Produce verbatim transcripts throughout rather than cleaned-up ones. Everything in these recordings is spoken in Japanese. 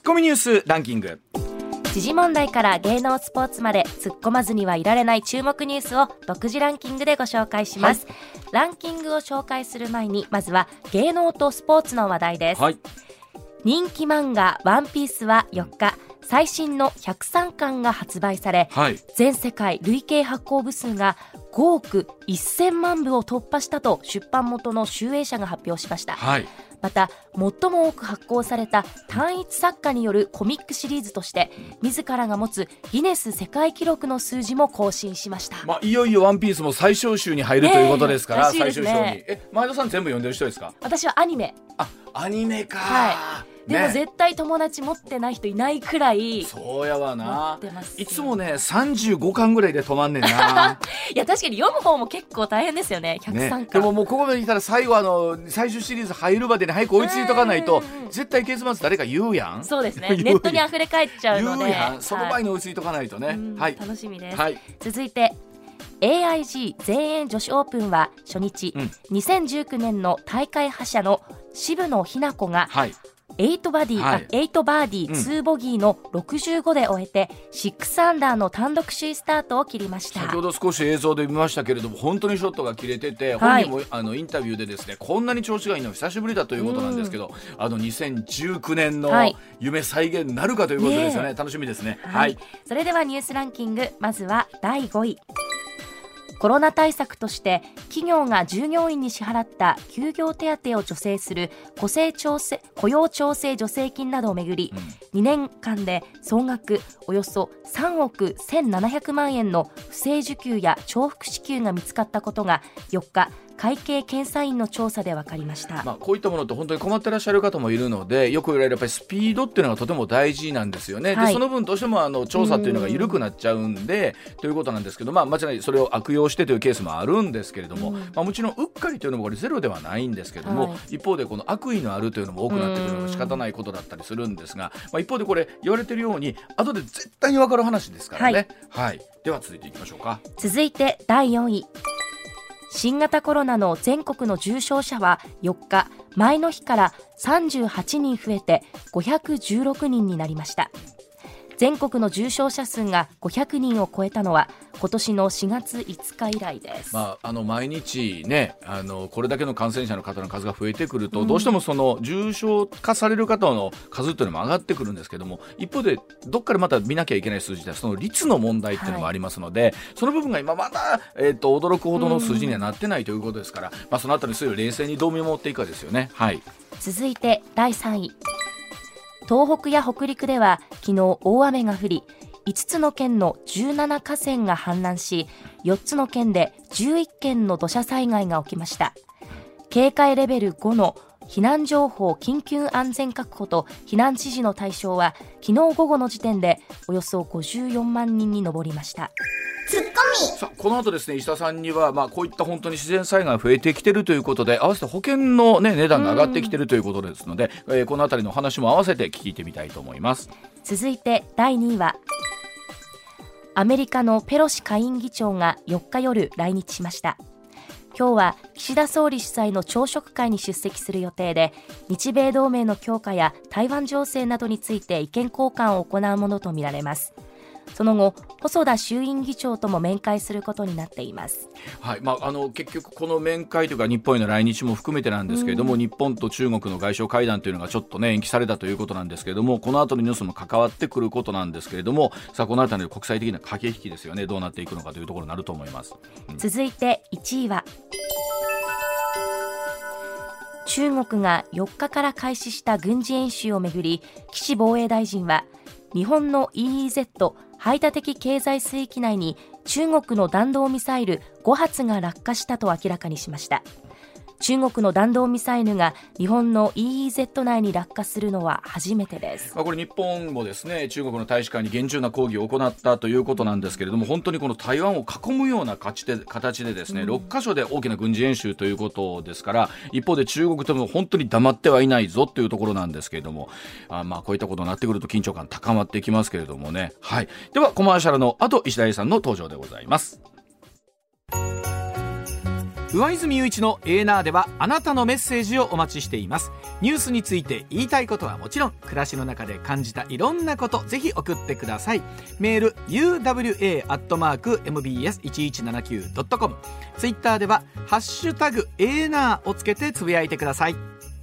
コミニュースランキング。 時事問題から芸能スポーツまで突っ込まずにはいられない注目ニュースを独自ランキングでご紹介します、はい、ランキングを紹介する前にまずは芸能とスポーツの話題です、はい、人気漫画ワンピースはよっか最新のひゃくさんかんが発売され、はい、全世界累計発行部数がごおくせんまんぶを突破したと出版元の集英社が発表しました、はい、また最も多く発行された単一作家によるコミックシリーズとして自らが持つギネス世界記録の数字も更新しました、 まあ、いよいよワンピースも最終週に入るということですから、ね、最終章にえ前田さん全部読んでる人ですか？ 私はアニメ。 あ、アニメか、 はいでも絶対友達持ってない人いないくらい、 そうやわな。いつもねさんじゅうごかんぐらいで止まんねんないや確かに読む方も結構大変ですよね。ひゃくさんかん、ね、 でももうここまで来たら最後あの最終シリーズ入るまでに早く追いついとかないと絶対結末誰か言うやん。 そうですねネットに溢れ返っちゃうので言うやん。その前に追いついとかないとね、 はい、楽しみです、はい、続いてエーアイジー 全英女子オープンは初日、うん、にせんじゅうきゅうねんの大会覇者の渋野日向子が、はいエイトバディ、はい、エイトバーディー、ツーボギーのろくじゅうごで終えてろくアンダーの単独首位スタートを切りました。 先ほど少し映像で見ましたけれども本当にショットが切れてて、はい、本人もあのインタビューでですねこんなに調子がいいの久しぶりだということなんですけど、あのにせんじゅうきゅうねんの夢再現なるかということですよね、ね楽しみですね、 はいはい、それではニュースランキングまずはだいごい。コロナ対策として企業が従業員に支払った休業手当を助成する雇用調整、雇用調整助成金などをめぐり、うん、にねんかんで総額およそさんおくせんななひゃくまんえんの不正受給や重複支給が見つかったことがよっか会計検査院の調査で分かりました、 まあ、こういったものって本当に困ってらっしゃる方もいるのでよく言われるやっぱりスピードっていうのがとても大事なんですよね、はい、でその分どうしてもあの調査っていうのが緩くなっちゃうんでということなんですけど、まあ、間違いそれを悪用してというケースもあるんですけれども、まあ、もちろんうっかりというのもこれゼロではないんですけども、はい、一方でこの悪意のあるというのも多くなってくるのが仕方ないことだったりするんですが、まあ、一方でこれ言われているように後で絶対に分かる話ですからね、はいはい、では続いていきましょうか。 続いてだいよんい。新型コロナの全国の重症者はよっか前の日からさんじゅうはちにん増えてごひゃくじゅうろくにんになりました。全国の重症者数がごひゃくにんを超えたのは今年のしがついつか以来です、 まあ、あの毎日、ね、あのこれだけの感染者の方の数が増えてくると、うん、どうしてもその重症化される方の数というのも上がってくるんですけども一方でどっかでまた見なきゃいけない数字ではその率の問題っていうのもありますので、はい、その部分が今まだ、えー、と驚くほどの数字にはなってないということですから、うんまあ、そのあたりそういう冷静にどう見守っていくかですよね、はい、 続いてだいさんい。東北や北陸では昨日大雨が降りいつつの県のじゅうななかせんが氾濫しよっつの県でじゅういっけんの土砂災害が起きました。警戒レベルごの避難情報緊急安全確保と避難指示の対象は昨日午後の時点でおよそごじゅうよんまんにんに上りました。 ツッコミ。 さあこの後ですね石田さんには、まあ、こういった本当に自然災害が増えてきているということで合わせて保険の、ね、値段が上がってきているということですので、えー、このあたりの話も合わせて聞いてみたいと思います。 続いてだいにいはアメリカのペロシ下院議長がよっか夜来日しました。今日は岸田総理主催の朝食会に出席する予定で日米同盟の強化や台湾情勢などについて意見交換を行うものとみられます。その後細田衆院議長とも面会することになっています、 はいまあ、あの結局この面会というか日本への来日も含めてなんですけれども、うん、日本と中国の外相会談というのがちょっと、ね、延期されたということなんですけれどもこの後のニュースも関わってくることなんですけれどもさあこのあたりの国際的な駆け引きですよねどうなっていくのかというところになると思います、 うん、続いていちいは中国がよっかから開始した軍事演習をめぐり岸防衛大臣は日本の イーイーゼット 排他的経済水域内に中国の弾道ミサイルごはつが落下したと明らかにしました。中国の弾道ミサイルが日本の イーイーゼット 内に落下するのは初めてです。 まあ、これ日本もですね中国の大使館に厳重な抗議を行ったということなんですけれども本当にこの台湾を囲むような形で、形でですね、うん、ろっかしょで大きな軍事演習ということですから一方で中国とも本当に黙ってはいないぞというところなんですけれどもあまあこういったことになってくると緊張感高まっていきますけれどもね、はい、ではコマーシャルの後石田英さんの登場でございます。 上泉雄一のエーナーではあなたのメッセージをお待ちしています。ニュースについて言いたいことはもちろん、暮らしの中で感じたいろんなこと、ぜひ送ってください。メール ユーダブリューエー アットマーク エムビーエスいちいちななきゅう ドットコム、 ツイッターではハッシュタグエーナーをつけてつぶやいてください。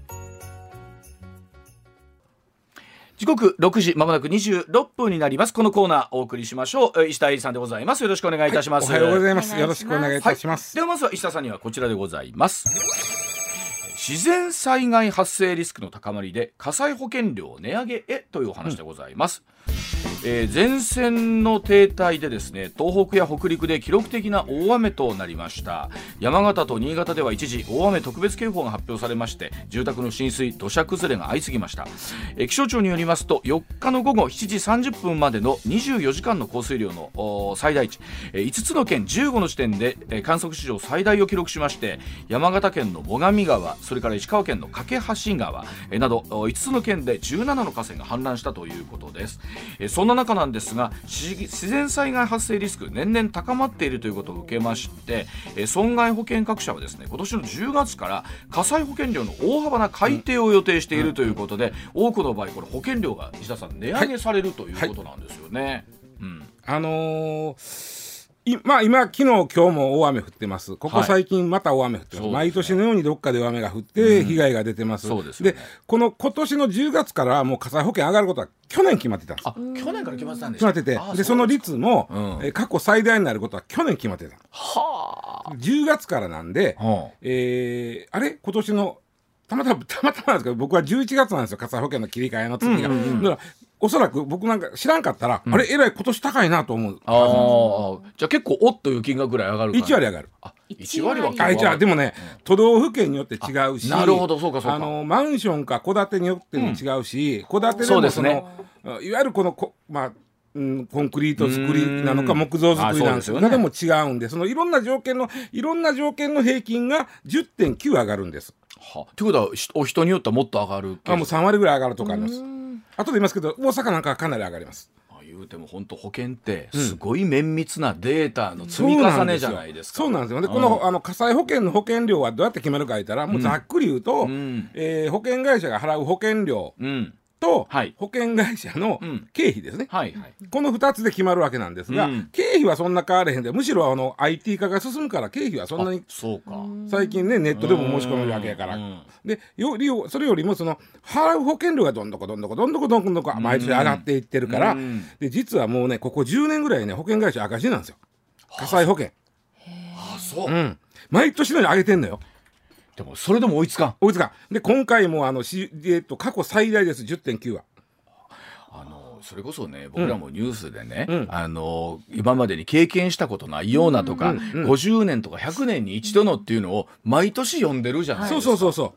時刻ろくじまもなくにじゅうろっぷんになります。このコーナーお送りしましょう。石田英二さんでございます。よろしくお願いいたします。 はい、おはようございます。よろしくお願いいたします。 はい、ではまずは石田さんにはこちらでございます。自然災害発生リスクの高まりで火災保険料値上げへというお話でございます。うんえー、前線の停滞でですね、東北や北陸で記録的な大雨となりました。山形と新潟では一時大雨特別警報が発表されまして、住宅の浸水、土砂崩れが相次ぎました。えー、気象庁によりますと、よっかの午後しちじさんじゅっぷんまでのにじゅうよじかんの降水量の最大値、えー、いつつの県じゅうごの地点で、えー、観測史上最大を記録しまして、山形県の最上川、それから石川県の梯川、えー、などいつつの県でじゅうななの河川が氾濫したということです。えー、そんな中なんですが、自然災害発生リスク年々高まっているということを受けまして、え損害保険各社はですね、今年のじゅうがつから火災保険料の大幅な改定を予定しているということで、うん、多くの場合これ保険料が石田さん値上げされるということなんですよね。はいはい、うん、 あのーいまあ、今、昨日、今日も大雨降ってます。ここ最近また大雨降ってます。はい、毎年のようにどっかで大雨が降って被害が出てます。うん、そうですよね。で、この今年のじゅうがつからもう火災保険上がることは去年決まってたんです。 あ、去年から決まってたんですか。決まってて、で、その率も、うん、え過去最大になることは去年決まってた。はあ。じゅうがつからなんで、はあ、えー、あれ今年のたまたまたまたまなんですけど、僕はじゅういちがつなんですよ、火災保険の切り替えの月が。うんうんうん、だからおそらく僕なんか知らんかったら、うん、あれえらい今年高いなと思う。 ああ、じゃあ結構おっという金額ぐらい上がるかな。 いちわり上がる。 あ、いちわりは結構上がる。あ、じゃあでもね、うん、都道府県によって違うし、 なるほど、そうかそうか。 あのマンションか戸建てによっても違うし、戸、うん、建てでもその、ね、いわゆるこのこまあ。うん、コンクリート作りなのか木造作りなのか、ね、でも違うんで、そのいろんな条件のいろんな条件の平均が じゅってんきゅう 上がるんです。 はということはお人によってはもっと上がる。 あ、もうさんわりぐらい上がるとかあります。あとで言いますけど、大阪なんかはかなり上がります。 あ、言うても本当保険ってすごい綿密なデータの積み重ねじゃないですか。 そうなんですよ。で、このあの火災保険の保険料はどうやって決めるか言ったら、もうざっくり言うと、うん、えー、保険会社が払う保険料、うんと、はい、保険会社の経費ですね、うん、はいはい、このふたつで決まるわけなんですが、うん、経費はそんな変われへんで、むしろあの アイティー 化が進むから経費はそんなに、 そうか、 最近ねネットでも申し込めるわけやから、でよりそれよりもその払う保険料がどんどこどんどこどんどこどんどこ毎年上がっていってるから、で実はもうねここじゅうねんぐらいね保険会社赤字なんですよ、火災保険。 ああ、そう、 うん、毎年のように上げてんのよ。 でもそれでも追いつかん追いつかんで、今回もあの、えー、と過去最大です。 じゅってんきゅう はあのそれこそね、僕らもニュースでね、うん、あの今までに経験したことないようなとか、うんうんうん、ごじゅうねんとかひゃくねんに一度のっていうのを毎年読んでるじゃないですか。 そうそうそうそう。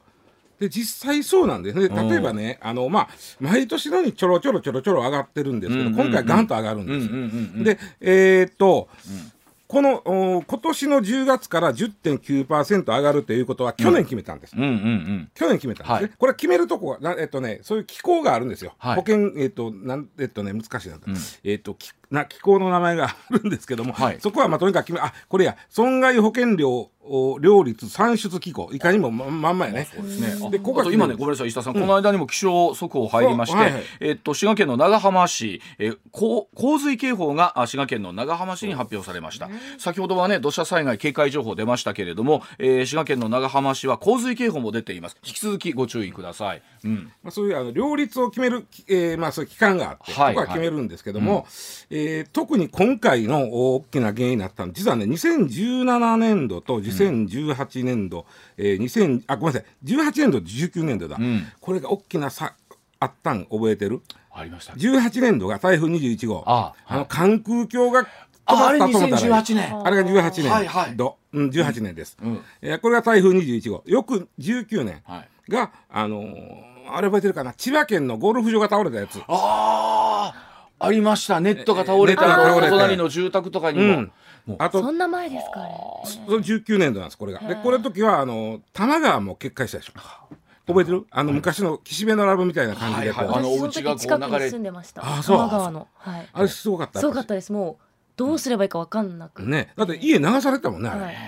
で実際そうなんですね。例えばね、あの、まあ、毎年のようにちょろちょろちょろちょろ上がってるんですけど、うんうんうん、今回ガンと上がるんですよ、うんうんうんうん、でえー、っと、うんこの今年のじゅうがつから じゅってんきゅうパーセント 上がるということは去年決めたんです、うんうんうんうん、去年決めたんですね、はい、これ決めるとこは、えっとね、そういう機構があるんですよ、はい、保険、えっとなんえっとね、難しいな、うん、えっとな機構の名前があるんですけども、はい、そこはまあとにかく決め、あ、これや損害保険料料率算出機構、いかにも ま, まんまやね。そうですね。でここあと今ね、ごめんなさい石田さん、うん、この間にも気象速報入りまして、はいはい、えっと滋賀県の長浜市、えー、洪水警報が滋賀県の長浜市に発表されました。先ほどはね土砂災害警戒情報出ましたけれども、えー、滋賀県の長浜市は洪水警報も出ています。引き続きご注意ください。うん、まあ、そういうあの両立を決める、えーまあ、そういう機関があって、はいはい、ここは決めるんですけども、うん、えー、特に今回の大きな原因になったのは実はね、にせんじゅうななねんどとにせんじゅうはちねんど、うん、えー、にせんあごめんなさいじゅうはちねんどとじゅうきゅうねんどだ、うん、これが大きな差あったん覚えてる？ ありました。 じゅうはちねんどが台風にじゅういちごう、ああ、はい、あの関空橋があ, あれにせんじゅうはちねん、 あれがじゅうはちねん、はいはい、ど、うん、じゅうはちねんです、うん、えー、これが台風にじゅういちごう、翌じゅうきゅうねんが、はい、あのー、あれ覚えてるかな、千葉県のゴルフ場が倒れたやつ。 ああ、ありました。ネットが倒れたの、隣の住宅とかにも、うん、もうあとそんな前ですかね。 そのじゅうきゅうねんどなんです、これが。でこれの時はあの多摩川も決壊したでしょ。覚えてる？あの、はい、昔の岸辺のラブみたいな感じで、はいはい、 あのお家がこう流れ、近くに住んでました。あ、そう。多摩川の、はい、 あれすごかった。 すごかったです。もうどうすればいいか分かんなく、 ね、だって家流されたもんね、あれ、はい、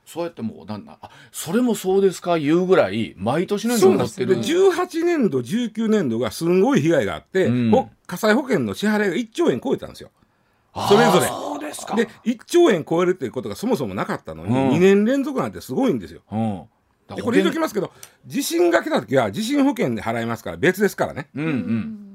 そうやってもうなんだあそれもそうですかいうぐらい毎年のように起こってる。 でじゅうはちねんどじゅうきゅうねんどがすんごい被害があって、うん、火災保険の支払いがいっちょうえん超えたんですよそれぞれ。 そうですか。 でいっちょうえん超えるっていうことがそもそもなかったのに、うん、にねん連続なんてすごいんですよ、うん、でこれ言っときますけど地震が来た時は地震保険で払いますから別ですからね、うんうん、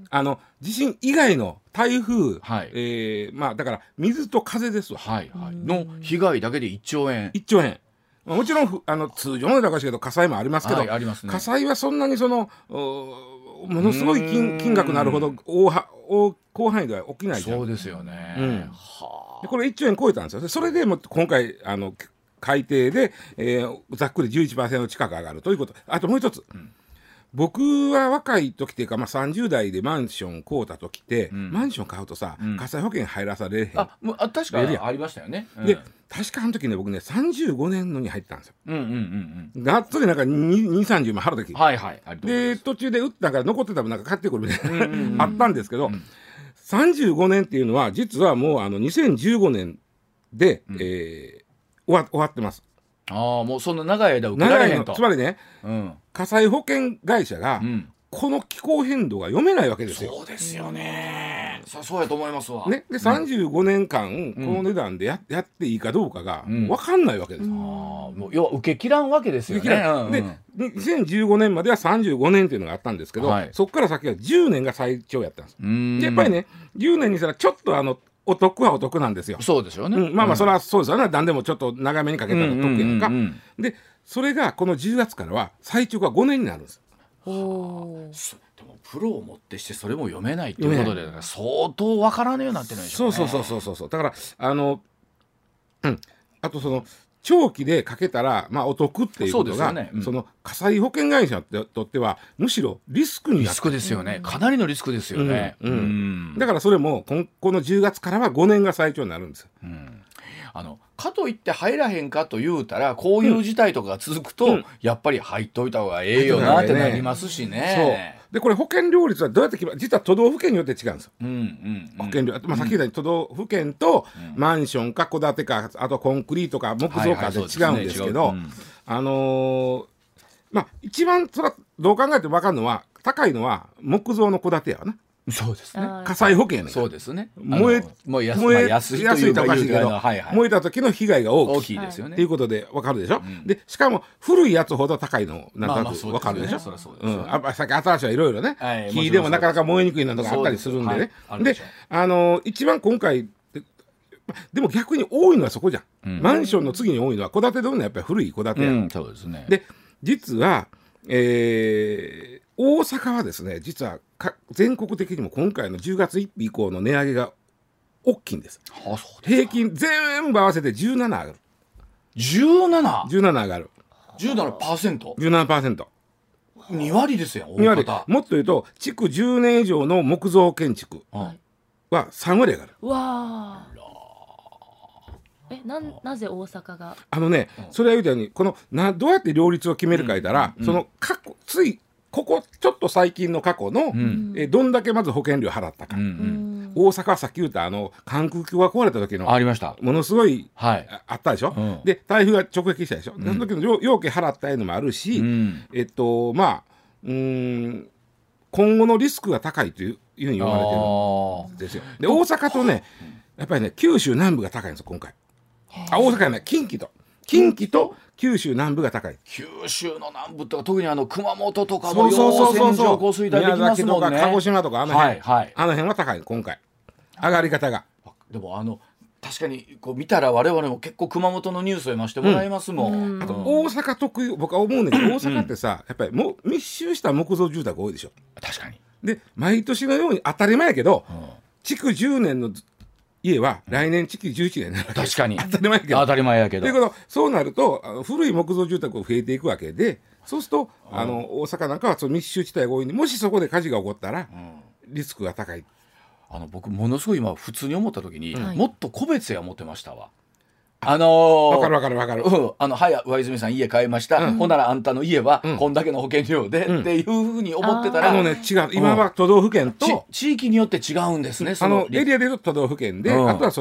あの地震以外の台風、はいえーまあ、だから水と風ですわ、 はいはい、の被害だけでいっちょうえんいっちょうえんもちろんあの通常の値段かしいけど火災もありますけど、 はいありますね、 火災はそんなにそのものすごい 金, 金額になるほど大は大広範囲では起きないじゃん。 そうですよね、うんはあ、でこれいっちょうえん超えたんですよ。それでも今回あの改定で、えー、ざっくり じゅういちパーセント 近く上がるということ。あともう一つ、うん、僕は若い時っていうか、まあ、さんじゅう代でマンション買うた時って、うん、マンション買うとさ、うん、火災保険入らされへん。 あもうあ確かにありましたよね、 うん、で確かあの時ね僕ねさんじゅうごねんのに入ったんですよ、うんうんうんうん、がっつりなんかにじゅう、さんじゅう万払う時、 はいはい、 で途中で打ったから残ってた分なんか買ってくるみたいな、うんうんうん、あったんですけど、うん、さんじゅうごねんっていうのは実はもうあのにせんじゅうごねんで、うんえー、終わ、終わってます。 ああもうそんな長い間受けられへんと。 つまりね、うん、火災保険会社が、うんこの気候変動が読めないわけですよ。 そうですよね。さそうやと思いますわ。 ね、でさんじゅうごねんかん、うん、この値段で や, やっていいかどうかが分かんないわけです。うん、あもう要は受け切らんわけですよね。うんうん、 でにせんじゅうごねんまではさんじゅうごねんっていうのがあったんですけど、はい、そこから先はじゅうねんが最長やったんです。でやっぱりねじゅうねんにしたらちょっとあのお得はお得なんですよ。 そうですよね。 うん、まあまあそれはそうですよね。何でもちょっと長めにかけたら得やんか。でそれがこのじゅうがつからは最長がごねんになるんです。 おでもプロをもってしてそれも読めないということで、ね、相当わからねえようになってないでしょうね。 そうそうそうそうそうだからあの、うん、あとその長期でかけたら、まあ、お得っていうことが そ,、ねうん、その火災保険会社にとってはむしろリスクになってリスクですよね。かなりのリスクですよね、 うんうんうん、だからそれもこ の, このじゅうがつからはごねんが最長になるんですよ、うんあのかといって入らへんかと言うたらこういう事態とかが続くと、うん、やっぱり入っといた方がええよなってなりますしね。 そうでこれ保険料率はどうやって決まる実は都道府県によって違うんですよ、うんうんうん、保険料、まあ、さっき言ったように都道府県とマンションか戸建てかあとコンクリートか木造かで違うんですけど、あのー、まあ一番それはどう考えても分かるのは高いのは木造の戸建てやわな。 そうですね。 火災保険やねん。 そうですね。 燃え燃えやす燃え安いというかおかしいけど、はいはい、燃えた時の被害が大きい、 大きいですよね。 っていうことで分かるでしょ。うん、でしかも古いやつほど高いのなんとなく分かるでしょ。さっき新しいはいろいろね、はい、木でもなかなか燃えにくいのとかあったりするんでね。で、はい、あのー、一番今回でも逆に多いのはそこじゃん。うん、マンションの次に多いのは戸建てでもやっぱり古い戸建てや、うん。 そうですね。 で実は、えー、大阪はですね実は全国的にも今回のじゅうがつついたち以降の値上げが大きいんです。 はあ、そうですか。 平均全部合わせてじゅうなな上がる。 じゅうなな? じゅうなな上がる。 じゅうななパーセント? じゅうななパーセント。 に割ですよ。 に割。もっと言うと築じゅうねん以上の木造建築はさん割上がる。 わあ。え な, なぜ大阪があのね、うん、それは言うたようにこのなどうやって両立を決めるか言ったら、うん、その過去ついここちょっと最近の過去の、うん、えどんだけまず保険料払ったか、うんうん、大阪はさっき言ったあの関空橋が壊れた時のありましたものすごい、はい、あ, あったでしょ、うん、で台風が直撃したでしょ、うん、その時の要件払ったのもあるし、うん、えっとまあうーん今後のリスクが高いというふうに言われてるんですよ。で大阪とねやっぱりね九州南部が高いんですよ今回。あ大阪はね近畿と近畿と九州南部が高い。 九州の南部とか特にあの熊本とかも線状降水帯できますもんね。 宮崎とか鹿児島とかあの辺、 はいはい、 あの辺は高い今回上がり方が。 でもあの確かにこう見たら我々も結構熊本のニュースを読ませてもらいますもん、うん、 あと大阪特有僕は思うんだけど大阪ってさ、うん、やっぱりも密集した木造住宅多いでしょ。 確かに。 で毎年のように当たり前やけど、うん、築じゅうねんの家は来年築じゅういちねんになる。 確かに当たり前やけど当たり前やけどということそうなるとあの古い木造住宅が増えていくわけでそうするとあの大阪なんかはその密集地帯が多いんでもしそこで火事が起こったら、うん、リスクが高い。 あの僕ものすごい今普通に思った時に、うん、もっと個別や思ってましたわ。あのー、 分かる分かる分かる、 うん、あのはい上泉さん家買いました、うん、ほんならあんたの家はこんだけの保険料で、うん、っていうふうに思ってたらあのね違う今は都道府県と、 うん、地域によって違うんですね。 そのあのエリアで言うと都道府県で、うん、あとはその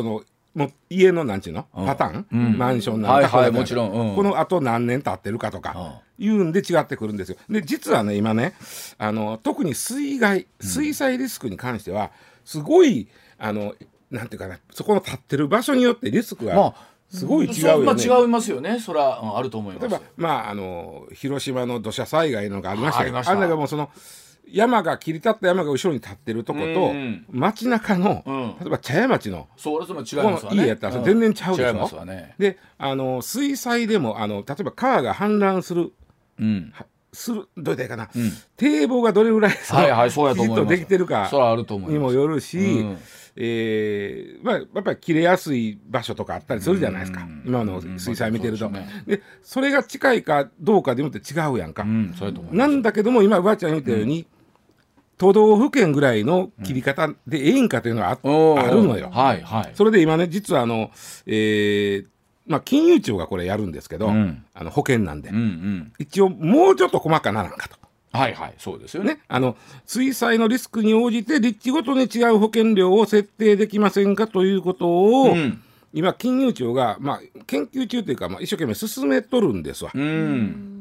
もう家のなんちゅうの、 うんパターン、 うん、 マンションなんか、 はいはい、もちろん、うん、 このあと何年経ってるかとかいうんで違ってくるんですよ。で実はね今ねあの特に水害水災リスクに関してはすごいあのなんていうかな、そこの立ってる場所によってリスクが、まあすごい違うよね。 まあ、違いますよね。それは、うん、あると思います。 例えば、まあ、あの広島の土砂災害のがありましたけど、 ありました。 あんだけもうその山が切り立った山が後ろに立ってるとこと、街中の、うん、例えば茶屋町のそうそれも違いますわね。 家やったら全然ちゃうでしょ。 違いますわね。 であの水災でもあの例えば川が氾濫する、うん、するどうやったらいいかな、うん、堤防がどれぐらいその、はいはい、そうやと思います。きちっとできてるかにもよるし、うん、えーまあ、やっぱり切れやすい場所とかあったりするじゃないですか、うん、今の水災見てると、うん、そうですね。でそれが近いかどうかでもって違うやんか、うん、そうやと思います。なんだけども今ばあちゃん言ったように、うん、都道府県ぐらいの切り方でええんかというのは あ,、うん、あるのよ、はいはい、それで今ね実はあの、えーまあ、金融庁がこれやるんですけど、うん、あの保険なんで、うんうん、一応もうちょっと細かななんかと。 はいはい、そうですよね。 ね、あの水災のリスクに応じて立地ごとに違う保険料を設定できませんかということを、うん、今金融庁が、まあ、研究中というか、まあ、一生懸命進めとるんですわ、うん、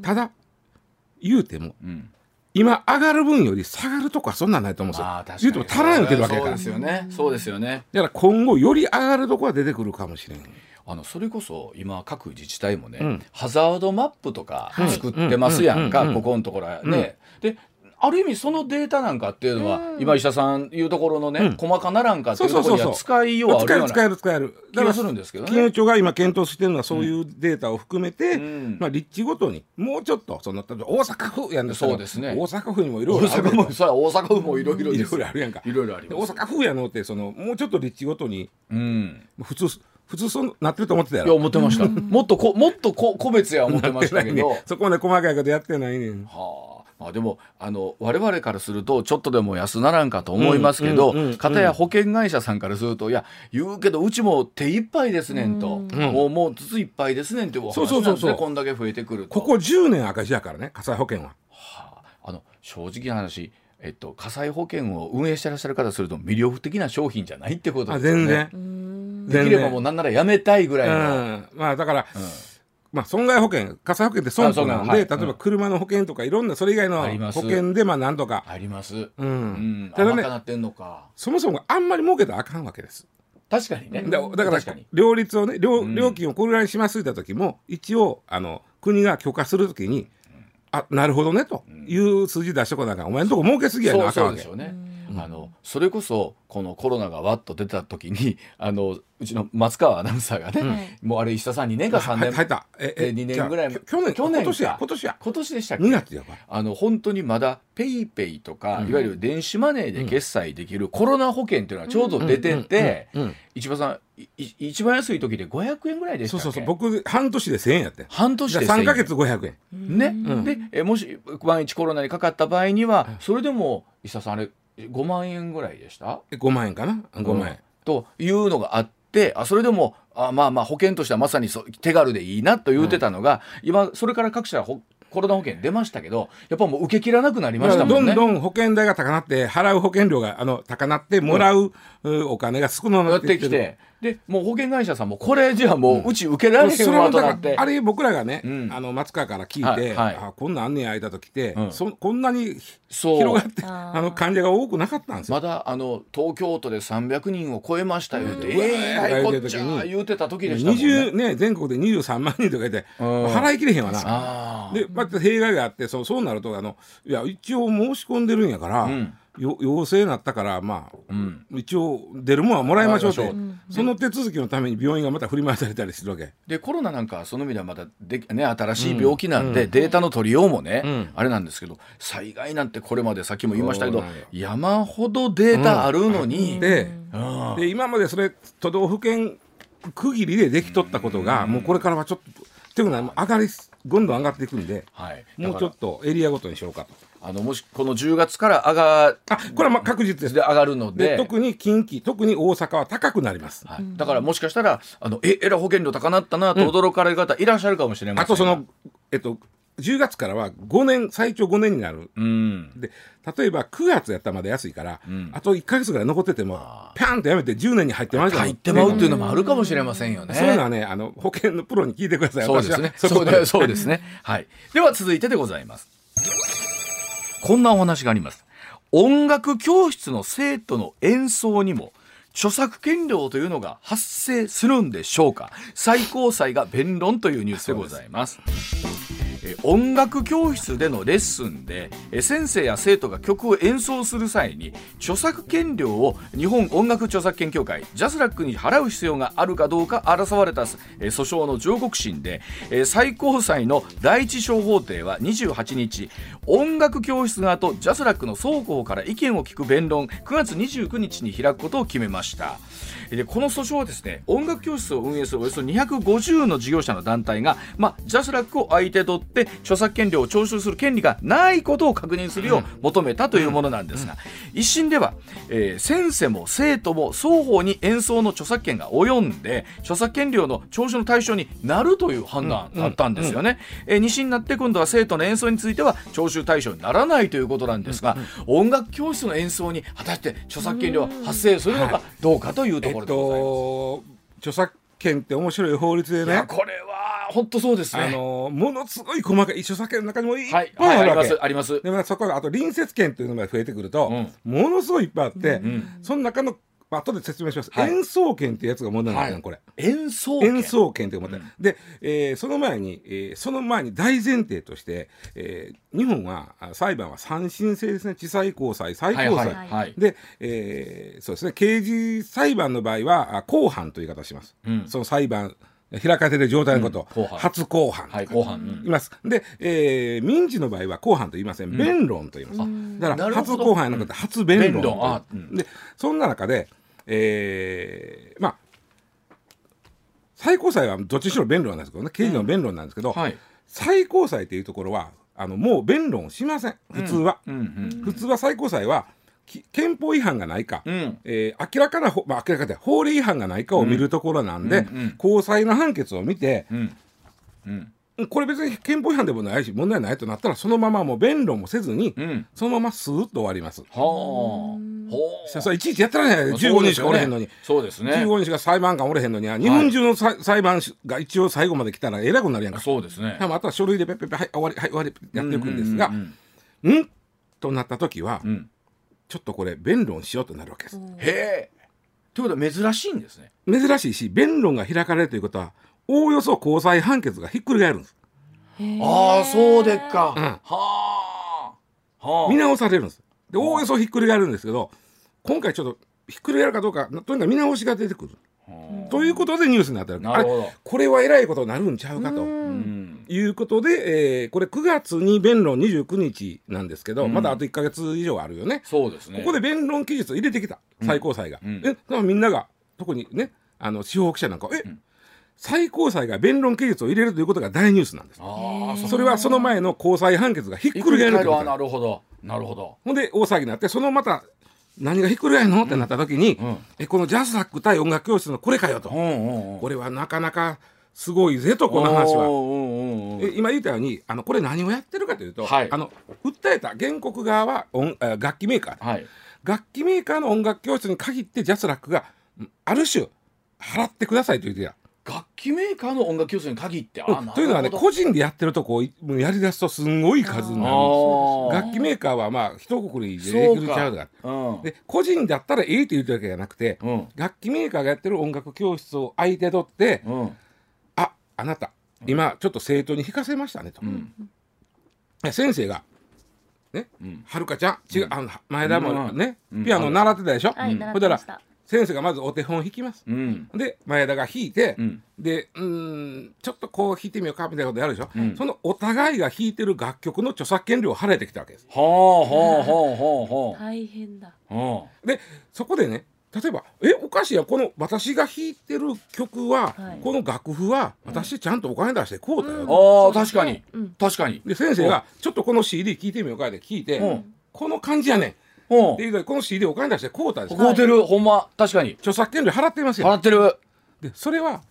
ただ言うても、うん、今上がる分より下がるとこはそんなんないと思うんですよ、まあ、言うても足らん言うてるわけやから。 そうですよね、そうですよね。 だから今後より上がるとこは出てくるかもしれん。 あのそれこそ今各自治体もね、うん、ハザードマップとか作ってますやんか、ここのところはね、うん、である意味そのデータなんかっていうのは、うん、今石田さんいうところのね、うん、細かならんかっていうところには使いようあるような使える使える気がするんですけどね。 金融庁が今検討してるのはそういうデータを含めて、うんまあ、立地ごとにもうちょっとその大阪府やんですけど、そうですね、大阪府にもいろいろある。大阪もそれは大阪府もいろいろです。いろいろあるやんか。いろいろあります。大阪府やのってそのもうちょっと立地ごとに、うん、普通普通そうなってると思ってたやろ。 いや思ってましたもっとこもっとこ個別や思ってましたけど、 ね、そこまで細かいことやってないねん。 はあ。まあ、でもあの我々からするとちょっとでも安ならんかと思いますけど、かたや保険会社さんからするといや言うけどうちも手いっぱいですねんと、うん、もうもう筒いっぱいですねんっていうお話なんですね。こんだけ増えてくるとここじゅうねん赤字やからね火災保険は、 はあ、あの正直な話、えっと、火災保険を運営してらっしゃる方すると魅力的な商品じゃないってことですよね。 全然できればもうなんならやめたいぐらいの、 うん、まあだから、うんまあ、損害保険火災保険って損保なんで、はい、例えば車の保険とかいろんなそれ以外の保険でまあなんとかあります、 うんうん、ただね、なってんのかそもそもあんまり儲けたらあかんわけです。 確かにね。 だ, だから両立をね 料,、うん、料金をこれぐらいにしますって言った時も一応あの国が許可する時に、うん、あなるほどねという数字出してこなきゃ、お前のとこ儲けすぎやなあかんわけ。 そうそうですよね、うん、あのそれこそこのコロナがわっと出た時にあのうちの松川アナウンサーがね、うん、もうあれ石田さんにねんかさんねん入ったええにねんぐらい去年去年今年や今年や今年でしたっけ。 にがつやあの本当にまだペイペイとか、うん、いわゆる電子マネーで決済できるコロナ保険っていうのがちょうど出てて、市場さん一番安い時でごひゃくえんぐらいでしたっけ。 そうそうそう、僕半年でせんえんやって半年でせんえんさんかげつごひゃくえんね、うん、でえもし万一コロナにかかった場合にはそれでも石田さんあれごまんえんぐらいでした。 ごまんえんかなごまんえん、うん、 というのがあってあそれでもあまあまあ保険としてはまさにそ手軽でいいなと言うてたのが、うん、今それから各社コロナ保険出ましたけどやっぱもう受け切らなくなりましたもんね。 どんどん保険代が高なって払う保険料があの高なってもらう、うん、お金が少なくなってきてでもう保険会社さんもこれじゃあもううち受けられへんわとなって、 うん、あれ僕らがね、うん、あの松川から聞いて、はいはい、あこんなんあんねや間と来て、うん、そこんなに広がってあの患者が多くなかったんですよ。 まだあの東京都でさんびゃくにんを超えました言うて、うん、えー、こっちゃ言うてた時でしたもんね。にじゅうね全国でにじゅうさんまんにんとか言って、うん、払いきれへんわな。でまた弊害があってそう、そうなるとあのいや一応申し込んでるんやから、うん陽性になったからまあ、うん、一応出るものはもらいましょうと、うん、その手続きのために病院がまた振り回されたりするわけでコロナなんかその意味ではまだで、ね、新しい病気なんで、うん、データの取りようもね、うん、あれなんですけど災害なんてこれまでさっきも言いましたけど山ほどデータあるのに、うん、 で, で今までそれ都道府県区切りでできとったことが、うん、もうこれからはちょっとっていうのは上がりどんどん上がっていくんで、はい、もうちょっとエリアごとにしようかと。 あのもしこのじゅうがつから上があこれはまあ確実ですで上がるの で, で特に近畿特に大阪は高くなります、 はい、だからもしかしたらあのええら保険料高なったなと驚かれる方いらっしゃるかもしれません、 うん、あとそのえっとじゅうがつからはごねん最長ごねんになる、 うん、 で例えばくがつやったらまだ安いから、 うん、 あといっかげつぐらい残っててもピャンとやめてじゅうねんに入ってまうじゃん入ってまうっていうのもあるかもしれませんよね。 そういうのはねあの保険のプロに聞いてください。 そうですね。 私はそうでそうですね。はい。では続いてでございます。こんなお話があります。音楽教室の生徒の演奏にも著作権料というのが発生するんでしょうか。最高裁が弁論というニュースでございます。え音楽教室でのレッスンでえ先生や生徒が曲を演奏する際に著作権料を日本音楽著作権協会ジャスラックに払う必要があるかどうか争われたえ訴訟の上告審でえ最高裁の第一小法廷はにじゅうはちにち音楽教室側とジャスラックの双方から意見を聞く弁論くがつにじゅうくにちに開くことを決めました。でこの訴訟はですね音楽教室を運営するおよそにひゃくごじゅうの事業者の団体が、まあ、ジャスラックを相手取って著作権料を徴収する権利がないことを確認するよう求めたというものなんですが、一審では、えー、先生も生徒も双方に演奏の著作権が及んで著作権料の徴収の対象になるという判断だったんですよね。えー、二審になって今度は生徒の演奏については徴収対象にならないということなんですが、音楽教室の演奏に果たして著作権料は発生するのかどうかというところ、 えっと、著作権って面白い法律でね、 いやこれは本当そうですね。 あのものすごい細かい著作権の中にもいっぱいはいはい、 あるわけ、 ありますあります。 でもそこであと隣接権っていうのが増えてくると、うん、ものすごいいっぱいあって、うん、その中の後で説明します、はい、演奏権っていうやつが問題なんですよ、はい、これ演奏権演奏権っていう問題、うん、で、えー、その前に、えー、その前に大前提として、えー、日本は裁判は三審制ですね。地裁高裁最高裁、はいはいはい、で、えー、そうですね刑事裁判の場合は公判という言い方をします、うん、その裁判開かれている状態のこと、うん、初公判、 はい、公判、うん、 言います。で、えー、民事の場合は公判と言いません、弁論と言います、うん、だから初公判やなくて初弁論、うんあうん、でそんな中で、えー、まあ最高裁はどっちにしろ弁論なんですけどね、刑事の弁論なんですけど、うんはい、最高裁というところはあのもう弁論しません普通は、うんうんうん、普通は最高裁は憲法違反がないか、うんえー、明らかな、まあ、明らかで法令違反がないかを見るところなんで、うんうんうん、高裁の判決を見て、うんうん、これ別に憲法違反でもないし問題ないとなったらそのままもう弁論もせずに、うん、そのままスーッと終わります。はあ、それいちいちやったらねじゅうごにんしかおれへんのに、 そうですね、 じゅうごにんしか裁判官おれへんのに、はい、日本中の裁判が一応最後まで来たらえらくなるやんか。 そうですね。 あとは書類でペッペッペッはい終わりはい終わりやっていくんですが、うん、うんうん、となった時は、うんちょっとこれ弁論しようとなるわけです。 へえ。ということは珍しいんですね。 珍しいし弁論が開かれるということはおおよそ高裁判決がひっくり返るんです。 ああそうでっか、うん、はあ、はあ、見直されるんです。でおおよそひっくり返るんですけど今回ちょっとひっくり返るかどうかとにかく見直しが出てくるということでニュースになってる。あれこれはえらいことになるんちゃうかということで、えー、これくがつに弁論にじゅうくにちなんですけど、うん、まだあといっかげつ以上あるよね。 そうですね。 ここで弁論期日を入れてきた最高裁が、うん、えだからみんなが特にねあの司法記者なんかえ、うん、最高裁が弁論期日を入れるということが大ニュースなんです。あそれはその前の高裁判決がひっくり返るということ。 なるほどなるほど。 ほんで大騒ぎになってそのまた何がひっくり返るのってなった時に、うんうん、えこのジャスラック対音楽教室のこれかよと、うんうんうん、これはなかなかすごいぜとこの話は、うんうん、え今言ったようにあのこれ何をやってるかというと、はい、あの訴えた原告側は音楽器メーカー、はい、楽器メーカーの音楽教室に限ってジャスラックがある種払ってくださいと言ってた。 楽器メーカーの音楽教室に限ってあ、 うん、というのはね個人でやってるとこをやりだすとすんごい数になるんです。楽器メーカーはまあ一括りでできるちゃうが、うん、で個人だったらええと言ってるわけじゃなくて、うん、楽器メーカーがやってる音楽教室を相手取って、うん、ああなた今ちょっと生徒に弾かせましたねと、うん、先生がね、うん、はるかちゃん違う、うん、あの前田もね、うん、ピアノ習ってたでしょ、うん、ほんだら先生がまずお手本弾きます、うん、で前田が弾いて、うん、でうーんちょっとこう弾いてみようかみたいなことやるでしょ、うん、そのお互いが弾いてる楽曲の著作権料を払えてきたわけです。 はあはあはあはあ大変だ。 でそこでね例えばえおかしいやこの私が弾いてる曲は、はい、この楽譜は私ちゃんとお金出してこうだよ、 うん、ああ確かに、うん、確かに。 で先生がちょっとこの シーディー 聴いてみようかって聞いて、うん、この感じやねんうん、でこの シーディー お金出して買うたんです。 買うてるほんま確かに著作権料払ってますよ。 払ってる。 でそれは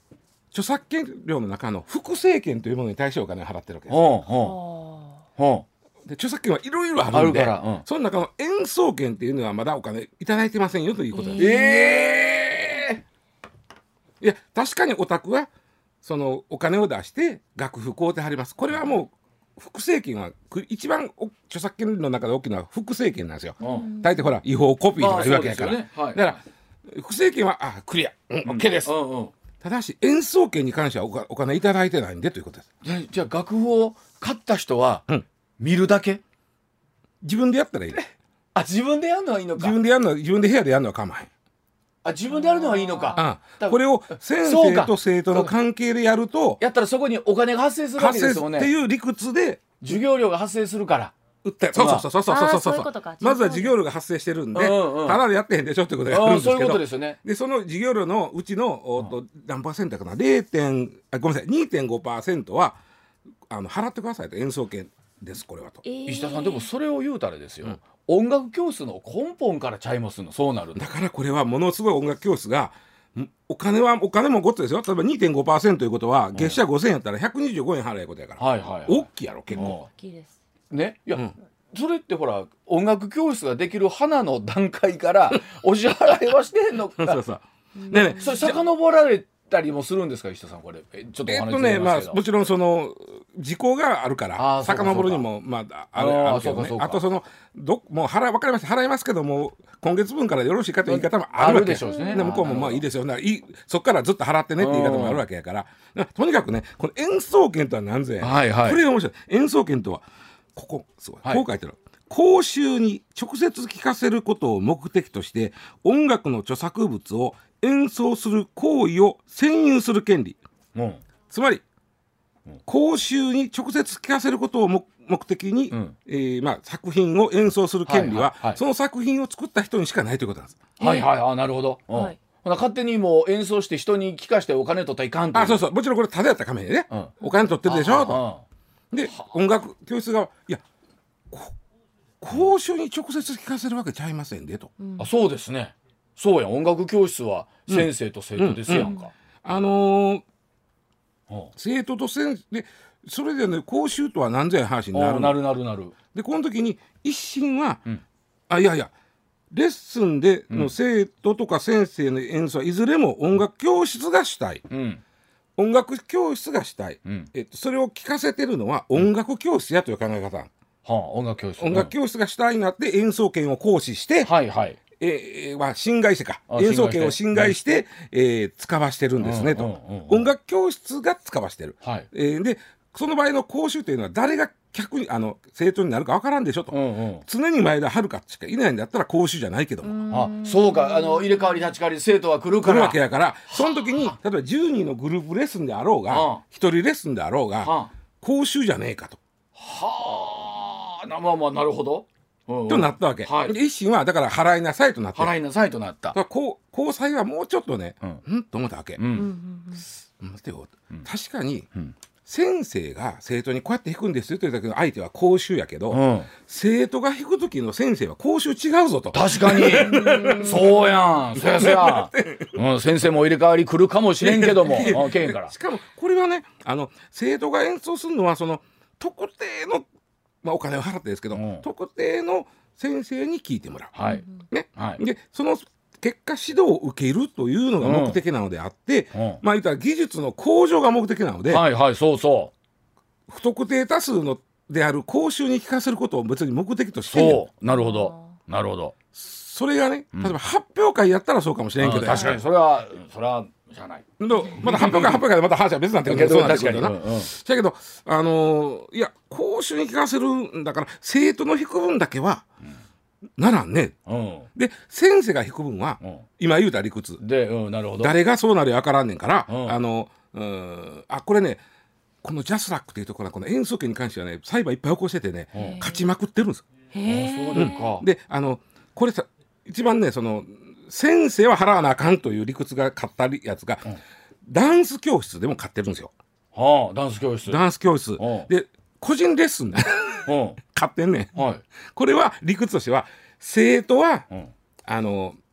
著作権料の中の複製権というものに対してお金を払ってるわけです。 ほうほうほで著作権はいろいろあるんで、 あるからうん、 その中の演奏権っていうのはまだお金いただいてませんよということです。 えー、いや確かにお宅はそのお金を出して楽譜買うてはります。これはもう複製権は一番著作権の中で大きいのは複製権なんですよ。うん、大抵ほら違法コピーとかいうわけやから、ねはい、だから複製権はあクリア、うん、OK です、うんうん、ただし演奏権に関しては お, お金いただいてないんでということです。 じゃあ、じゃあ楽譜を買った人は、うん、見るだけ自分でやったらいいあ自分でやるのはいいのか。 自分でやるの自分で部屋でやるのは構わへん。 あ自分でやるのはいいのか。 ああこれを先生と生徒の関係でやるとやったらそこにお金が発生するわけですもんね。 発生っていう理屈で授業料が発生するから売ってそうそうそうそうそうそうそうまずは授業料が発生してるんで、うんうん、ただでやってへんでしょってことがあるんですけど、 そういうことですよね。 でその授業料のうちのおっと何パーセントかな れい. あごめんなさい にてんごパーセント はあの払ってくださいと演奏権ですこれはと、えー、石田さんでもそれを言うたらですよ、うん、音楽教室の根本からちゃいますのそうなるだからこれはものすごい音楽教室がお金はお金もごっつですよ。例えば にてんごパーセント ということは月謝ごせんえんやったらひゃくにじゅうごえん払えることやから、はいはいはい、大きいやろ結構大きいですね。いや、うん、それってほら音楽教室ができる花の段階からお支払いはしてんのかそうそうねねそれ遡られたりもするんですか石田さんこれちょっとお話しますけど、えっとねまあもちろんその時効があるから遡るにもまああるあるけどね。あとそのどもう払分かります払いますけども今月分からよろしいかという言い方もあるわけでしょうね。向こうもまあいいですよ。いいそこからずっと払ってねって言い方もあるわけやからとにかくねこの演奏権とは何ぞや、はいはい、これが面白い。演奏権とはここすごい、はい、こう書いてある。公衆に直接聴かせることを目的として音楽の著作物を演奏する行為を占有する権利、うん、つまり、うん、公衆に直接聴かせることを目的に、うんえーまあ、作品を演奏する権利は、はいはいはい、その作品を作った人にしかないということなんです。 はいはいあなるほど、うんはい、勝手にもう演奏して人に聴かしてお金取ったらいかんという。 あそうそうもちろんこれタダやったらかめへんね、うん、お金取ってるでしょと。で音楽教室がいや公衆に直接聴かせるわけちゃいませんでと、 うん、あそうですねそうや音楽教室は先生と生徒ですやんか、うんうんうん、 あのーうん、生徒と先生でそれでね講習とは何ぞや話になるなるなるなるでこの時に一審は、うん、あいやいやレッスンでの生徒とか先生の演奏はいずれも音楽教室がしたい、うん、音楽教室がしたい、うんえっと、それを聞かせてるのは音楽教室やという考え方、うんはあ、音楽教室音楽教室が主体になって演奏権を行使して、はいはいえーまあ、侵害してか演奏権を侵害して、えー、使わしてるんですね、うん、と、うんうんうん、音楽教室が使わしてる、はいえー、でその場合の講習というのは誰が客にあの生徒になるか分からんでしょと、うんうん、常に前田遥しかいないんだったら講習じゃないけどもあそうかあの入れ替わり立ち替わりで生徒は来るから来るわけやからその時に例えばじゅうにんのグループレッスンであろうがひとりレッスンであろうが講習じゃねえかとはあまあまあなるほど、 うんうん、となったわけ、はい、一審はだから払いなさいとなって払いなさいとなった高裁はもうちょっとねうん、んと思ったわけ、うん、待てよ、うん、確かに、うん、先生が生徒にこうやって弾くんですよというだけの相手は講習やけど、うん、生徒が弾く時の先生は講習違うぞと確かにそうやんそやそや、うん、先生も入れ替わり来るかもしれんけどもけへんからしかもこれはねあの生徒が演奏するのはその特定のまあ、お金を払ってですけど、うん、特定の先生に聞いてもらう、はいねはい、でその結果指導を受けるというのが目的なのであって、うんまあ、言ったら技術の向上が目的なので、 はいはい、そうそう不特定多数のである講習に聞かせることを別に目的としてそうなるほどなるほどそれがね例えば発表会やったらそうかもしれんけど、うん、 確かにそれはそれはじゃないまた発表会発表会でまた話は別なんだけどそうなんだけどな、うんうん、だけどあのー、いや講習に聞かせるんだから生徒の弾く分だけは、うん、ならんね、うん、で先生が弾く分は、うん、今言うた理屈で、うん、なるほど誰がそうなるや分からんねんから、うん、あのうんあこれねこのジャスラックというところはこの演奏権に関してはね裁判いっぱい起こしててね、うん、勝ちまくってるんですへそうですか、 うん、であのこれさ一番ねその先生は払わなあかんという理屈が勝ったやつが、うん、ダンス教室でも勝ってるんですよ、 はあ、ダンス教室ダンス教室で個人レッスンで勝ってんねん、はい、これは理屈としては生徒は、うん、あの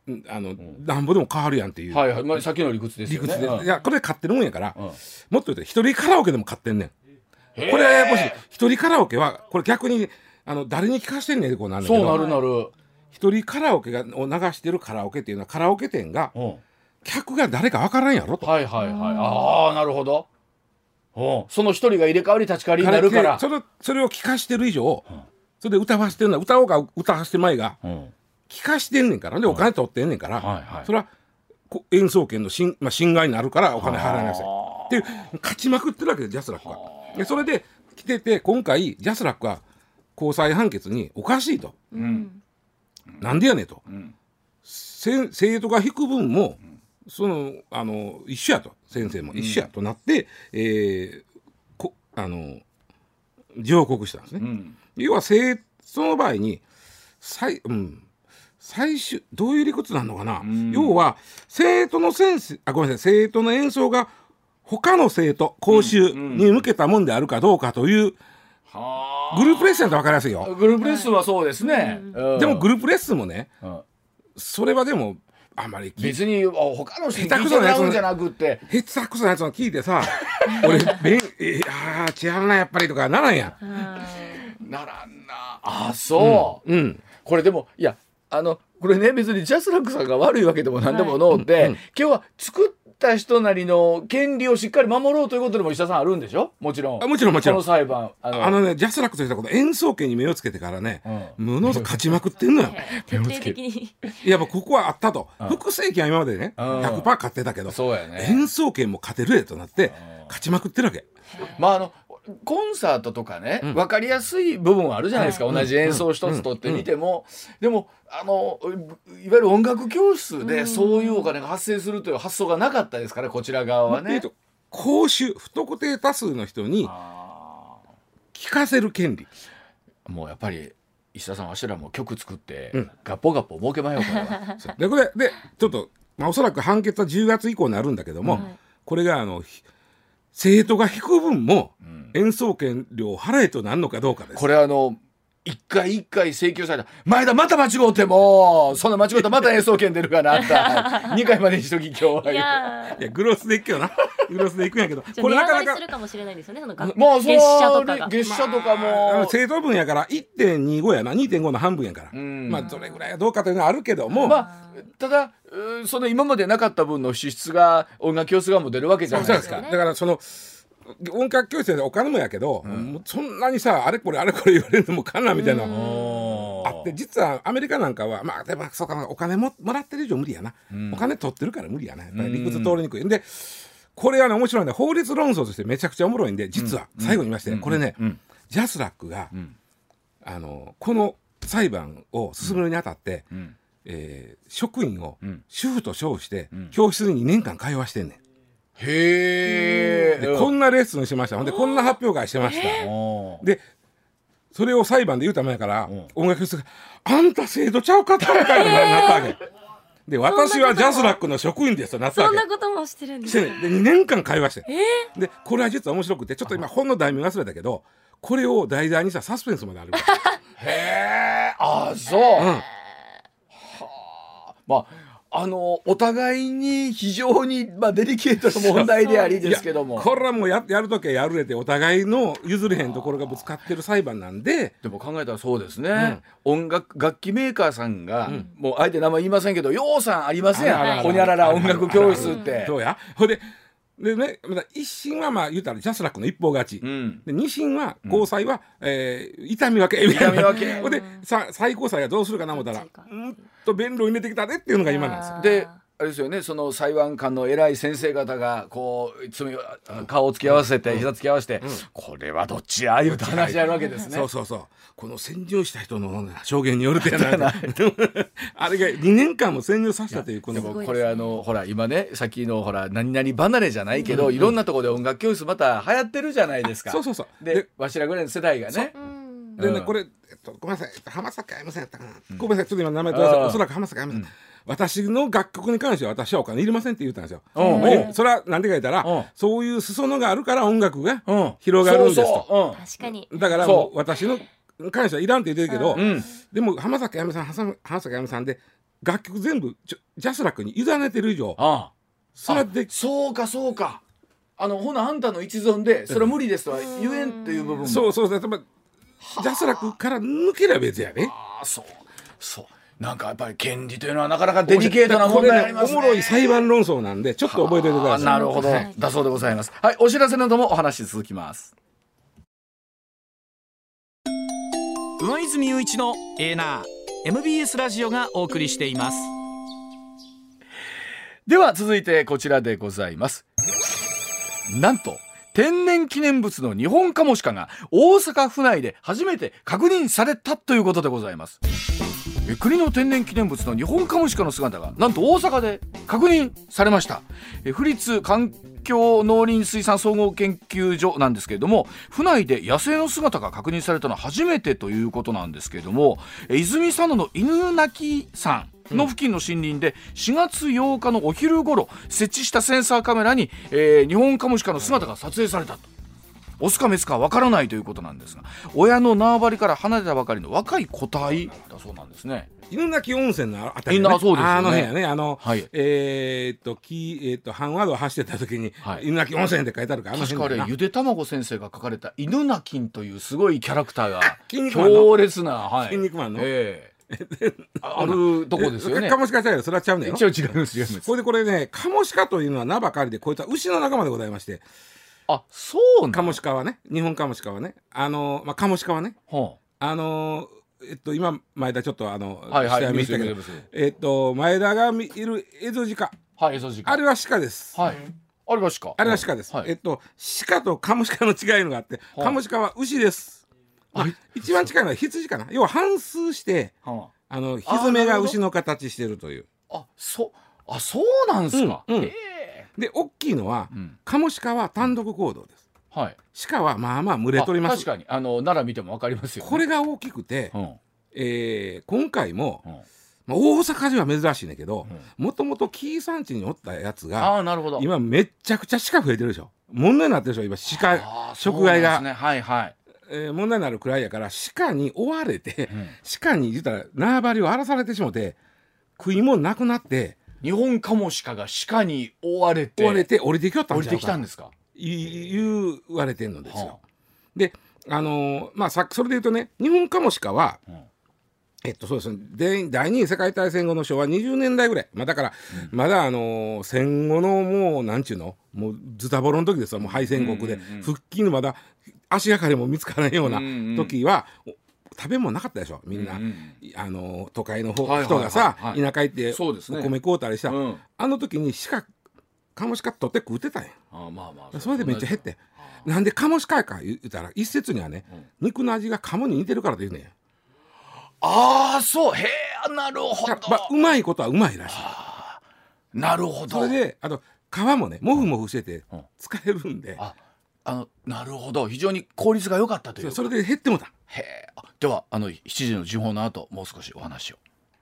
あの、うん、なんぼでも変わるやんっていう、 はいはい、まあ、さっきの理屈ですよね。 理屈で、 うん、 いやこれ買ってるもんやから、 うん、 もっと言うと一人カラオケでも買ってんねん。これはややこしい。一人カラオケはこれ逆にあの誰に聞かしてんねんってこうなるんだけど、 そうなるなる。 一人カラオケがを流してるカラオケっていうのはカラオケ店が、うん、客が誰か分からんやろと。 はいはいはい。ああなるほど。うん、その一人が入れ替わり立ち替わりになるから、 それそれを聞かしてる以上、うん、それで歌わしてるのは歌おうか歌わしてまいが、うん、聞かしてんねんからでお金取ってんねんから、うんはいはい、それは演奏権の侵、まあ、侵害になるからお金払いなさいっていう勝ちまくってるわけでジャスラックが。でそれで来てて今回ジャスラックは高裁判決におかしいと、うん、なんでやねんと、うん、生徒が弾く分も、うん、そのあの一緒やと先生も一緒やとなって、うんえー、こあの上告したんですね、うん、要は生その場合に最、うん、最終どういう理屈なのかな、うん、要は生徒の先生あごめんなさい生徒の演奏が他の生徒講習に向けたもんであるかどうかという、うんうん、グループレッスンだと分かりやすいよ。 グループレッスンはそうですね、 うん、でもグループレッスンもね、うん、それはでもあんまり別に他の人に聞いてもらうんじゃなくってヘッツアックスのやつを聞いてさ俺べんえあ違うなやっぱりとかならんやんならんなあそう、うんうん、これでもいやあのこれね別にジャスラックさんが悪いわけでもなんでものって、はいうんうん、今日は作った人なりの権利をしっかり守ろうということでも石田さんあるんでしょ。もちろんあもちろんもちろんこの裁判あのあのねジャスラックとしたこと演奏権に目をつけてからね、うん、ものすごく勝ちまくってんのよ徹底的にいやここはあったと、うん、複製権は今までね ひゃくパーセント 勝ってたけど、 そうやね、 演奏権も勝てるえとなって勝ちまくってるわけ。 まああのコンサートとかね、うん、分かりやすい部分はあるじゃないですか、はい、同じ演奏一つとってみても、うん、でもあのいわゆる音楽教室でそういうお金が発生するという発想がなかったですからこちら側はね、 公衆不特定多数の人に聞かせる権利。 もうやっぱり石田さんわしらも曲作って、うん、ガッポガッポ儲けまようこれはでこれでちょっと、まあ、おそらく判決はじゅうがつ以降になるんだけども、うん、これがあの生徒が弾く分も演奏権料を払えとなんのかどうかです。 これあの一回一回請求された前田また間違うてもそんな間違うたらまた演奏権出るかなったにかいまでにしとき今日はいやいやグロスでいくよなグロスでいくんやけどこれなかなかするかもしれないですよねその月謝とかが月謝とかも、 まあ、生徒分やから いってんにご やな にてんご の半分やから、まあどれぐらいはどうかというのはあるけども、 まあただその今までなかった分の支出が音楽教室がも出るわけじゃないですか。 だからその音楽教室でお金もやけど、うん、そんなにさあれこれあれこれ言われるのもかなみたいなあって実はアメリカなんかはまあでもそうかお金 も, もらってる以上無理やな、うん、お金取ってるから無理やなやっぱり理屈通りにくいんでこれはね面白いんで法律論争としてめちゃくちゃおもろいんで実は最後に言いまして、うん、これね、うん、ジャスラックが、うん、あのこの裁判を進めるにあたって、うんえー、職員を主婦と称して、うん、教室ににねんかん通わしてんねん。 へーでこんなレッスンしました。ほんでこんな発表会してました。でそれを裁判で言うためやから音楽教室があんた生徒ちゃうかったみたいになったわけで私はジャスラックの職員ですとなったわけ。 そんなこともしてるんですね。でにねんかん会話して、えー、でこれは実は面白くてちょっと今本の題名忘れたけどこれを題材にしたサスペンスまであるへえあそう、うん、はあまああのお互いに非常に、まあ、デリケートな問題でありですけどもこれはもう や, やるときはやるれてお互いの譲れへんところがぶつかってる裁判なんででも考えたらそうですね、うん、音楽楽器メーカーさんが、うん、もうあえて名前言いませんけどようさんありませんやんほにゃらら音楽教室ってどうやほいででね、一審はまあ言うたらジャスラックの一方勝ち、うん、で二審は高裁は、うんえー、痛み分けみたいな痛み分けでさ最高裁がどうするかな思ったらうんと弁論入れてきたねっていうのが今なんですよ。 であれですよねその裁判官の偉い先生方がこう罪顔を突き合わせて、うん、膝突き合わせて、うん、これはどっちやいうと話し合うわけですね。 そうそうそうこの潜入した人の証言によるとやなあれがにねんかんも潜入させたというこのでもこれあのほら今ねさっきのほら何々離れじゃないけど、うんうん、いろんなところで音楽教室また流行ってるじゃないですか。 そうそうそうでわしらぐらいの世代がねでね、うん、これ、えっと、ごめんなさい浜崎あゆみさんやったかな、うん、ごめんなさいちょっと今名前とおそらく浜崎あゆみさん、うん、私の楽曲に関しては私はお金いりませんって言ったんですよ、うんうん、それは何でか言ったら、うん、そういう裾野があるから音楽が広がるんですと、 そうそう、うん、確かにだからもう私の関してはいらんって言ってるけど、うん、でも浜崎あゆみさん浜崎あゆみさんで楽曲全部ジャスラックに委ねてる以上、 ああそれでそうかそうか、あのほなあんたの一存でそれは無理ですとは言えんっていう部分も、 そうそうそう、例えばジャスラックから抜ければ別やね。 ああそうそうなんかやっぱり権利というのはなかなかデリケートな問題ありますね。 これねおもろい裁判論争なんでちょっと覚えておいてください。 なるほど、はい、だそうでございます。はい、お知らせなどもお話続きます。 上泉雄一のエーナー エムビーエス ラジオがお送りしています。 では続いてこちらでございます。なんと天然記念物のニホンカモシカが大阪府内で初めて確認されたということでございます。え国の天然記念物のニホンカモシカの姿がなんと大阪で確認されました。え府立環境農林水産総合研究所なんですけれども、府内で野生の姿が確認されたのは初めてということなんですけれども、え泉佐野の犬鳴山の付近の森林でしがつようかのお昼頃設置したセンサーカメラに、えー、ニホンカモシカの姿が撮影されたと。オスかメスかわからないということなんですが、親の縄張りから離れたばかりの若い個体だそうなんですね。 犬鳴温泉のあたり、ね、 そうですよね、 あの辺やね、あの、 はい、 えー、っときえー、っと阪和道走ってた時に、はい、犬鳴温泉って書いてあるから、あの辺確かあれゆでたまご先生が書かれた犬鳴というすごいキャラクターが強烈な、はい、 筋肉マンの、 えーあるとこですよね。 カモシカちゃうよ、それはちゃうねんよ。 一応違います違います。 これでこれね、カモシカというのは名ばかりで、こいつは牛の仲間でございまして。 あ、そうなん。 カモシカはね、日本カモシカはね、あのまあカモシカはね、はあ、あのえっと今前田ちょっとあの、 はいはい、 見てたけど、えっと前田がいるエゾジカ、 はい、エゾジカ、 あれは鹿です。 はい。あれは鹿。 あれは鹿です。はい、えっと鹿とカモシカの違いのがあって、カモシカは牛です。まあ、一番近いのは羊かな。要は反数して、はあ、あの蹄が牛の形してるという。 あ、そうあそうなんですか。 うんうん、で大きいのは、うん、カモシカは単独行動です。はい、鹿はまあまあ群れ取ります。 確かにあの奈良見ても分かりますよ、ね、 これが大きくて、うん、えー、今回も、うん、まあ、大阪では珍しいねんけど、もともと紀伊山地におったやつが、 あ、なるほど、 今めっちゃくちゃ鹿増えてるでしょ。問題になってるでしょ今鹿食害が、 ね、はいはい、 えー、問題になるくらいやから、鹿に追われて、うん、鹿に言ったら縄張りを荒らされてしもて食い物なくなって、 日本カモシカが鹿に追われて追われて降りてきよったんちゃうか、 降りてきたんですか、 言われてんのですよ。はあ、で、あのー、まあさそれで言うとね、日本カモシカは、うん、えっとそうですね、で第二次世界大戦後の昭和にじゅうねんだいぐらい、まあ、だから、うん、まだあのー、戦後のもうなんちゅうのもうズタボロの時ですよ。もう敗戦国で、うんうんうん、復帰のまだ足がかりも見つからないような時は、うんうん、食べ物なかったでしょみんな、うんうん、あのー、都会の方、はいはいはいはい、人がさ田舎行ってお米買うたりした、うん、あの時に鹿カモシカ取って食うてたんや。ああ、まあまあ、それでめっちゃ減って、なんでカモシカか言うたら一説にはね、うん、肉の味がカモに似てるからって言うねん。 ああ、そう、へえ、なるほど、 まあ、うまいことはうまいらしい。 なるほど。 それであと皮もねモフモフしてて使えるんで、うん、 ああのなるほど、非常に効率が良かったという。 それで減ってもた。 へえ。ではあのしちじの時報の後もう少しお話を。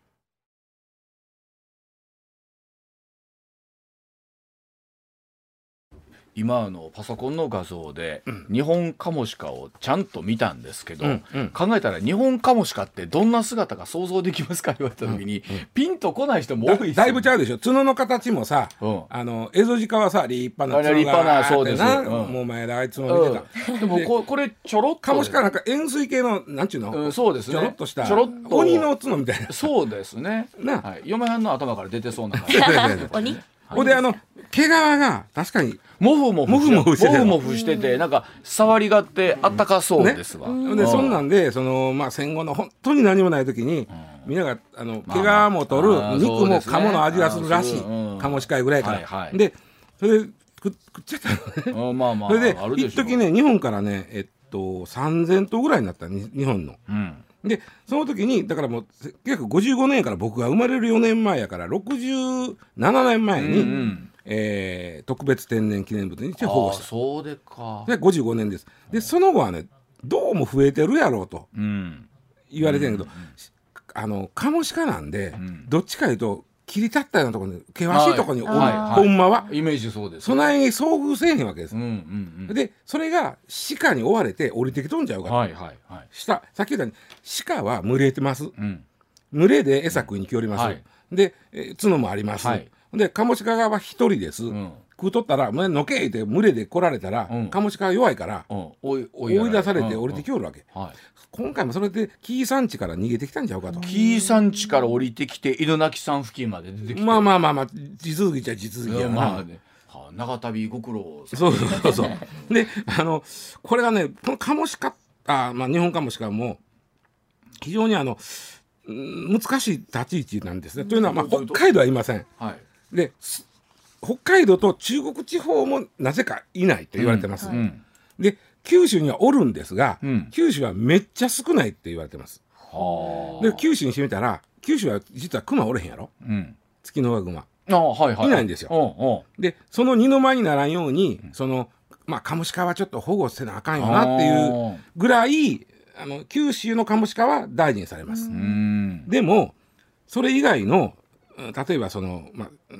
今のパソコンの画像で、うん、ニホンカモシカをちゃんと見たんですけど、うんうん、考えたらニホンカモシカってどんな姿か想像できますか言われた時に、うんうん、ピンとこない人も多いですよ、ね、 だ, だいぶちゃうでしょ。角の形もさ、うん、あのエゾジカはさ立派な角が立派な、そうです、 うん、もう前田あいつも見てた、 うん、でも こ, これちょろっとカモシカなんか円錐形のなんちゅうの、 うん、そうですね、 ちょろっとしたちょろっと鬼の角みたいな。 そうですねな、 はい、嫁はんの頭から出てそうな感じ鬼ほんであの毛皮が確かにモフモフモフモフしてて、 モフモフしててなんか触りがあってあったかそうですわ、 ね、でそんなんでその、まあ、戦後の本当に何もない時に、うん、みんながあの毛皮も取る、まあまあ、肉も鴨の味がするらしい、うん、カモシカぐらいから、はいはい、でそれで食っちゃったのね。まあまあ、それで一時ね日本からねえっとさんぜんとうぐらいになった日本の、うん、でその時にだからもう約ごじゅうごねんから僕が生まれるよねんまえやからろくじゅうななねんまえに、うんうん、えー、特別天然記念物にして保護した。 そうでか。 でごじゅうごねんです。でその後はねどうも増えてるやろうと言われてるけど、うんうんうん、あのカモシカなんで、うん、どっちかいうと切り立ったようなところに険しいところにおる、はいはい、ほんまはイメージそうです。 そないに遭遇せえへんわけです、うんうんうん、でそれが鹿に追われて降りてきとんちゃうかと、はいはいはい、したさっき言ったように鹿は群れてます、うん、群れで餌食いに来よります、うんはい、 で、えー角もあります、 はい、 でカモシカは一人です、うん、食うとったらのけって群れで来られたら、うん、カモシカは弱いから、うん、追い、追い出されて降りてきおるわけ、うんうんはい、今回もそれで紀伊山地から逃げてきたんちゃうかと。 紀伊山地から降りてきて犬鳴山付近まで出てきて、 まあまあまあまあ地続きじゃ地続きやな、まあね、 はあ、長旅ご苦労さん。 そうそうそうであのこれがねこのカモシカあ、まあ、日本カモシカも非常にあの難しい立ち位置なんですね、うん、というのは、まあ、北海道はいません、はい、で北海道と中国地方もなぜかいないと言われてます、うんはい、で九州にはおるんですが、うん、九州はめっちゃ少ないって言われてます。で九州にしてみたら九州は実はクマおれへんやろ、うん、ツキノワグマあ、はいはい、いないんですよ。おうおうでその二の舞にならんように、うん、そのまあカモシカはちょっと保護せなあかんよなっていうぐらいあの九州のカモシカは大事にされます。うんでもそれ以外の例えばその、まあうん、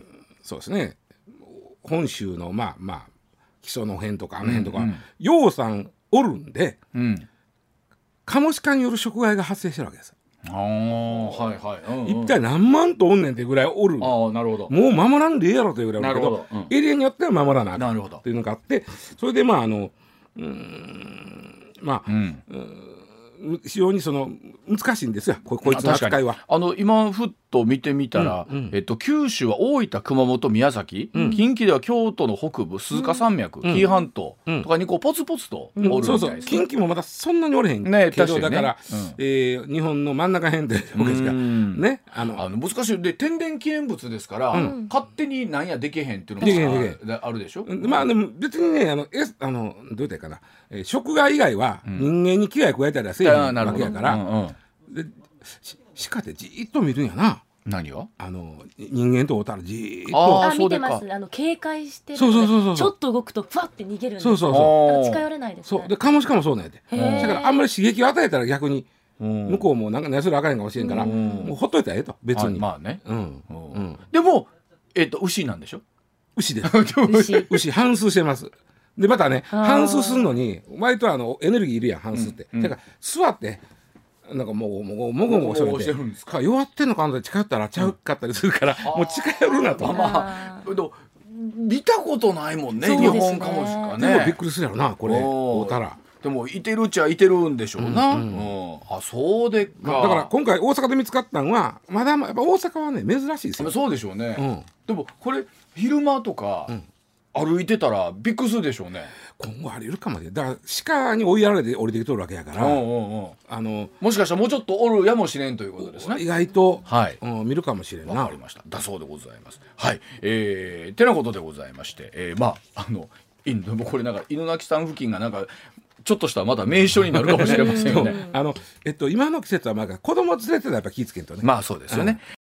そうですね本州のまあまあ木曽の辺とかあの辺とか、うんうん、ようさんおるんで、うん、カモシカによる食害が発生してるわけです。あ、はいはいうんうん、一体何万とおんねんっていうぐらいおる。あ、なるほど。もう守らんでええやろというぐらいおるけど、うん、エリアによっては守らなあかんっていうのがあって、それでまああのうーんまあ、うんうん、非常にその難しいんですよ こ, こいつの扱いは。 あの今ふっと見てみたら、うんうんえっと、九州は大分熊本宮崎、うん、近畿では京都の北部鈴鹿山脈、うん、紀伊半島とかにこうポツポツとおるみたいです、ねうん、そうそう近畿もまだそんなにおれへんけど、ねねだから、うんえー、日本の真ん中辺で僕ですが、ね、あのあの難しいで天然記念物ですから、うん、勝手になんやできへんっていうのがあるでしょ。 まあでも別にねあのえあのどう言ったらいいかな、えー、食害以外は人間に危害加えたりはせえへんわけやから、うんうんで鹿ってじーっと見るんやな。 何をあの人間と会ったらじーっとああ見てます。あの警戒してるのでそうそうそうそうちょっと動くとふわって逃げるんです。 そうそうそう近寄れないですね。 そうでカモシカもそうなんやで。だからあんまり刺激を与えたら逆に向こうもなんか何するあかんかもしれんからもうほっといたらええと別に。 まあね、うんうん、でも、えっと、牛なんでしょ。 牛です牛, 牛半数してます。でまたね半数するのに割とあのエネルギーいるやん半数って、うんうん、だから座ってなんかもうもごもごもごしてるんですか。弱ってんのかなって近寄ったらちゃうかったりするから、うん、もう近寄るなと。 まあ見たことないもんね日本カモシカね。 でもびっくりするやろなこれ会うたら。 でもいてるっちゃいてるんでしょうな、うんうんうん、あそうでか、 まあ、だから今回大阪で見つかったのはまだやっぱ大阪はね珍しいですよ。 そうでしょうね、うん、でもこれ昼間とか、うん歩いてたらびっくりするでしょうね。 今後あり得るかもね。だから鹿に追いやられて降りてきとるわけやから、うんうんうん、あのもしかしたらもうちょっとおるやもしれんということですね。 意外と、はいうん、見るかもしれんな。 わかりました。だそうでございます。はい、えー、てなことでございまして、えー、まああのこれなんか犬鳴山付近がなんかちょっとしたまだ名所になるかもしれませんよね。 あのえっと今の季節はまだ子供連れてたらやっぱ気ぃつけんとね。 まあそうですよね。うん